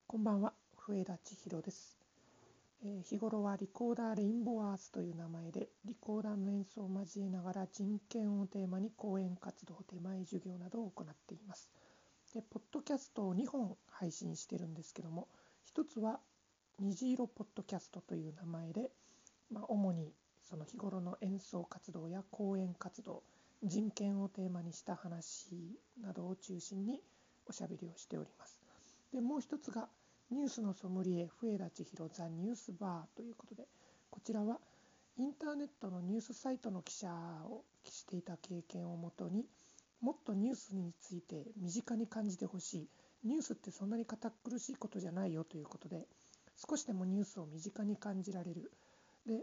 こんばんは、笛田千尋です。日頃はリコーダーレインボーアースという名前でリコーダーの演奏を交えながら人権をテーマに講演活動、出前授業などを行っています。で、ポッドキャストを2本配信してるんですけども、一つは虹色ポッドキャストという名前で、主にその日頃の演奏活動や講演活動、人権をテーマにした話などを中心におしゃべりをしております。で、もう一つがニュースのソムリエ笛田千尋ザ・ニュースバーということで、こちらはインターネットのニュースサイトの記者をしていた経験をもとに、もっとニュースについて身近に感じてほしい、ニュースってそんなに堅苦しいことじゃないよということで、少しでもニュースを身近に感じられる。で、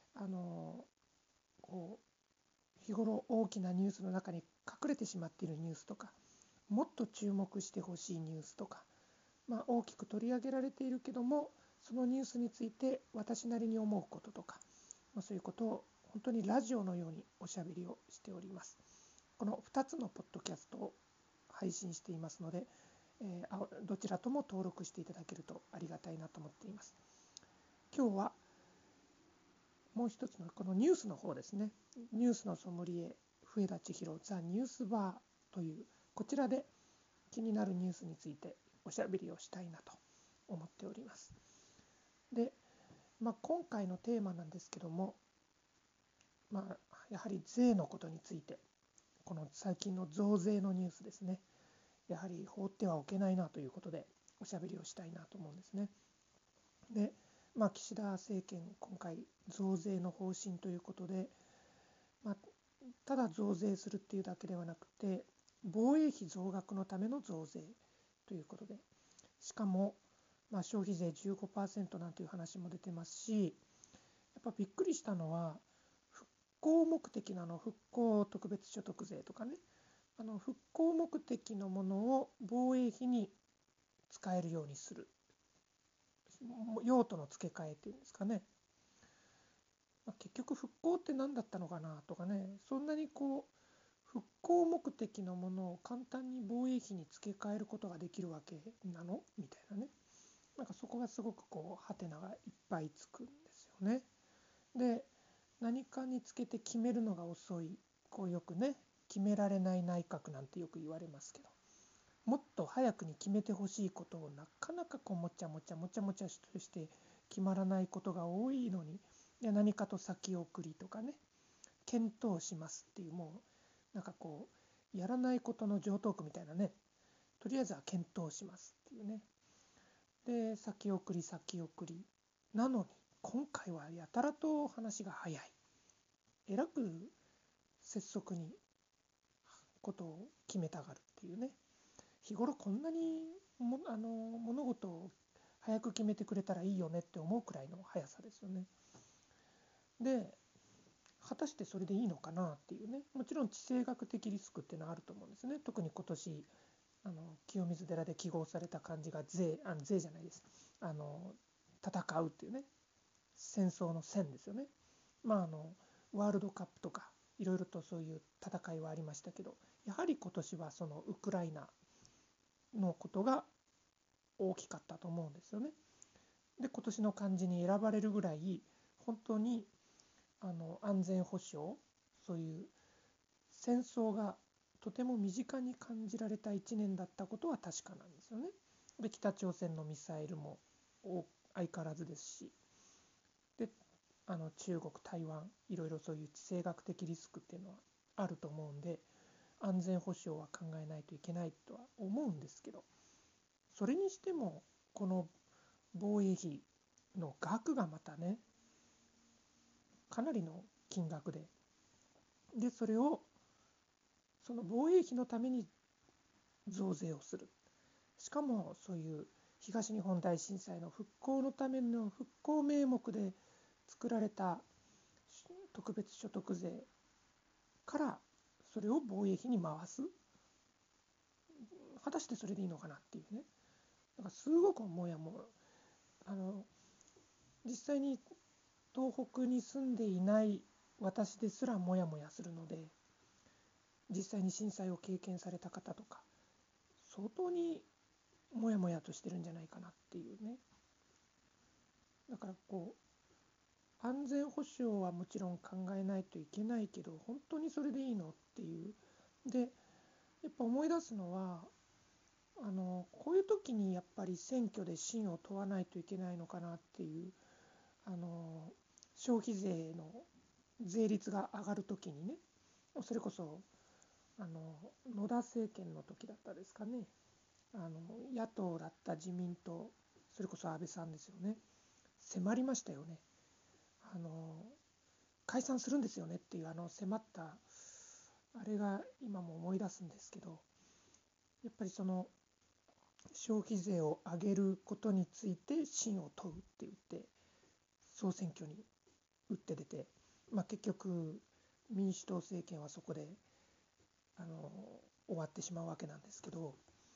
日頃大きなニュースの中に隠れてしまっているニュースとか、もっと注目してほしいニュースとか、大きく取り上げられているけども、そのニュースについて私なりに思うこととか、そういうことを本当にラジオのようにおしゃべりをしております。この2つのポッドキャストを配信していますので、どちらとも登録していただけるとありがたいなと思っています。今日はもう一つのこのニュースの方ですね。ニュースのソムリエ笛田千尋ザ・ニュースバーという、こちらで気になるニュースについておしゃべりをしたいなと思っております。で、今回のテーマなんですけども、やはり税のことについて、この最近の増税のニュースですね。やはり放ってはおけないなということでおしゃべりをしたいなと思うんですね。で、岸田政権今回増税の方針ということで、ただ増税するっていうだけではなくて、防衛費増額のための増税ということで、しかも消費税 15% なんていう話も出てますし、やっぱびっくりしたのは復興目的の復興特別所得税とかね、復興目的のものを防衛費に使えるようにする、用途の付け替えっていうんですかね。結局復興って何だったのかなとかね、そんなに復興目的のものを簡単に防衛費に付け替えることができるわけなのみたいなね。そこがすごくハテナがいっぱいつくんですよね。で、何かにつけて決めるのが遅い、よくね、決められない内閣なんてよく言われますけど、もっと早くに決めてほしいことをなかなかもちゃもちゃして決まらないことが多いのに、何かと先送りとかね、検討しますっていう、もうやらないことの常套句みたいなね、とりあえずは検討しますっていうね。で、先送りなのに、今回はやたらと話が早い、えらく拙速にことを決めたがるっていうね。日頃こんなに物事を早く決めてくれたらいいよねって思うくらいの速さですよね。で、果たしてそれでいいのかなっていうね。もちろん地政学的リスクっていうのはあると思うんですね。特に今年清水寺で記号された漢字が税じゃないです、戦うっていうね、戦争の戦ですよね。ワールドカップとかいろいろとそういう戦いはありましたけど、やはり今年はそのウクライナのことが大きかったと思うんですよね。で、今年の漢字に選ばれるぐらい本当に安全保障、そういう戦争がとても身近に感じられた1年だったことは確かなんですよね。で、北朝鮮のミサイルも相変わらずですし、で、中国、台湾、いろいろそういう地政学的リスクっていうのはあると思うんで、安全保障は考えないといけないとは思うんですけど、それにしてもこの防衛費の額がまたね、かなりの金額で、それをその防衛費のために増税をする。しかもそういう東日本大震災の復興のための復興名目で作られた特別所得税からそれを防衛費に回す。果たしてそれでいいのかなっていうね。すごくもやも実際に東北に住んでいない私ですらもやもやするので、実際に震災を経験された方とか相当にもやもやとしてるんじゃないかなっていうね。だから安全保障はもちろん考えないといけないけど、本当にそれでいいのっていう。でやっぱ思い出すのは、こういう時にやっぱり選挙で信を問わないといけないのかなっていう。消費税の税率が上がる時にね、それこそ野田政権の時だったですかね。野党だった自民党、それこそ安倍さんですよね、迫りましたよね。解散するんですよねっていう迫ったあれが今も思い出すんですけど、やっぱりその消費税を上げることについて信を問うって言って総選挙に打って出て、結局民主党政権はそこで終わってしまうわけなんですけど、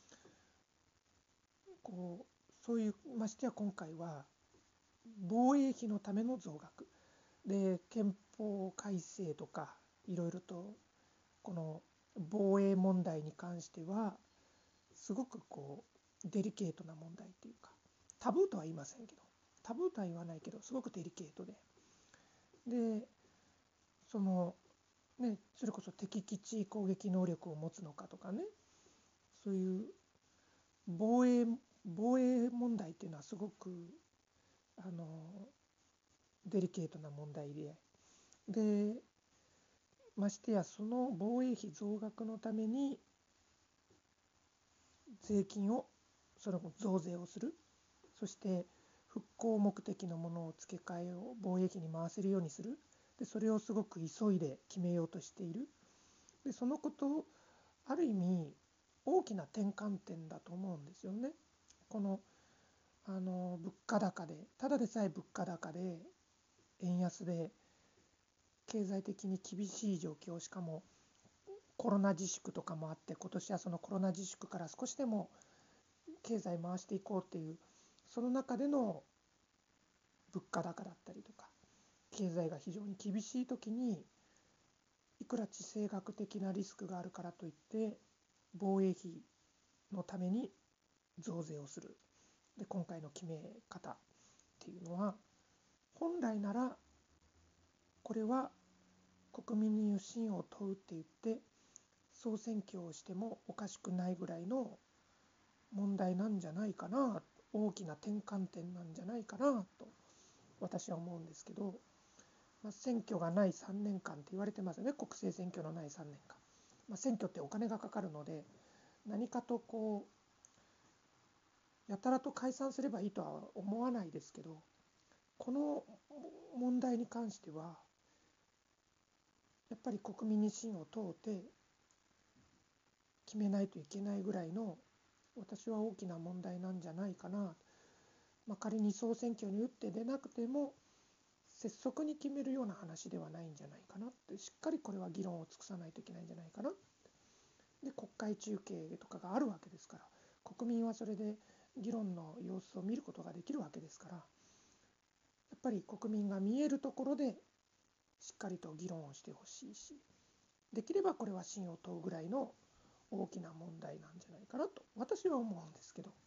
そういう、ましてや今回は防衛費のための増額で、憲法改正とかいろいろとこの防衛問題に関してはすごくデリケートな問題っていうか、タブーとは言いませんけど、タブーとは言わないけどすごくデリケートで、そのね、それこそ敵基地攻撃能力を持つのかとかね、そういう防衛問題っていうのはすごくデリケートな問題で、ましてやその防衛費増額のために税金をその増税をする、そして復興目的のものを付け替えを防衛費に回せるようにする。でそれをすごく急いで決めようとしている。でそのことある意味大きな転換点だと思うんですよね。この物価高で、ただでさえ物価高で円安で経済的に厳しい状況、しかもコロナ自粛とかもあって、今年はそのコロナ自粛から少しでも経済回していこうっていう、その中での物価高だったりとか経済が非常に厳しい時に、いくら地政学的なリスクがあるからといって防衛費のために増税をする。で今回の決め方っていうのは、本来ならこれは国民に信を問うって言って総選挙をしてもおかしくないぐらいの問題なんじゃないかな、大きな転換点なんじゃないかなと私は思うんですけど、選挙がない3年間って言われてますよね。国政選挙のない3年間、選挙ってお金がかかるので、何かとやたらと解散すればいいとは思わないですけど、この問題に関してはやっぱり国民に信を問うて決めないといけないぐらいの、私は大きな問題なんじゃないかな。仮に総選挙に打って出なくても拙速に決めるような話ではないんじゃないかなって、しっかりこれは議論を尽くさないといけないんじゃないかな。で国会中継とかがあるわけですから、国民はそれで議論の様子を見ることができるわけですから、やっぱり国民が見えるところでしっかりと議論をしてほしいし、できればこれは信を問うぐらいの大きな問題なんじゃないかなと私は思うんですけど、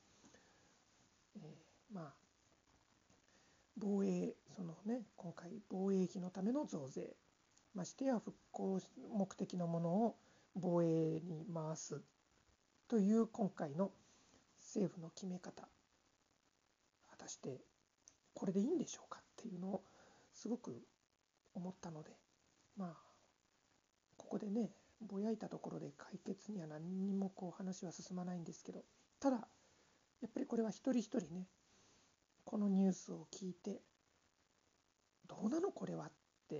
防衛、今回防衛費のための増税、ましてや復興目的のものを防衛に回すという今回の政府の決め方、果たしてこれでいいんでしょうかっていうのをすごく思ったので、ここでねぼやいたところで解決には何にも話は進まないんですけど、ただやっぱりこれは一人一人ね、このニュースを聞いてどうなのこれはって、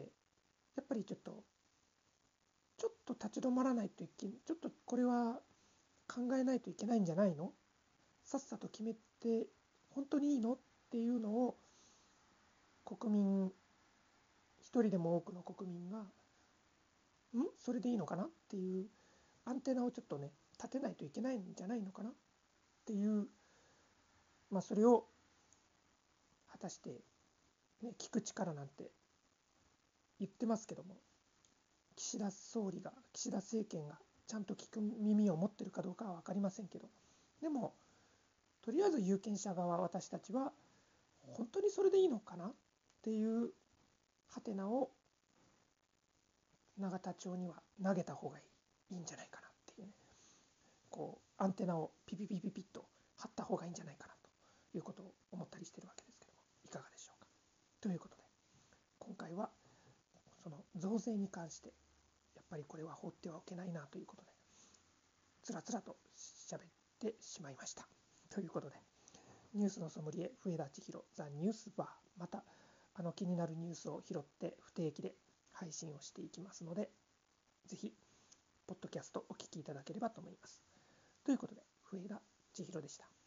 やっぱりちょっと立ち止まらないといけない、ちょっとこれは考えないといけないんじゃないの、さっさと決めて本当にいいのっていうのを、国民一人でも多くの国民がそれでいいのかなっていうアンテナをちょっとね立てないといけないんじゃないのかなっていう、それを果たして、聞く力なんて言ってますけども、岸田政権がちゃんと聞く耳を持ってるかどうかは分かりませんけど、でもとりあえず有権者側、私たちは本当にそれでいいのかなっていうハテナを永田町には投げた方がいいんじゃないかなっていうね、こうアンテナをピピピピピッと張った方がいいんじゃないかなということを思ったりしてるわけですけども、いかがでしょうか。ということで今回はその増税に関してやっぱりこれは放ってはおけないなということでつらつらと喋ってしまいました。ということでニュースのソムリエ笛田千尋ザ・ニュースバー、また気になるニュースを拾って不定期で配信をしていきますので、ぜひポッドキャストお聞きいただければと思います。ということで笛田千尋でした。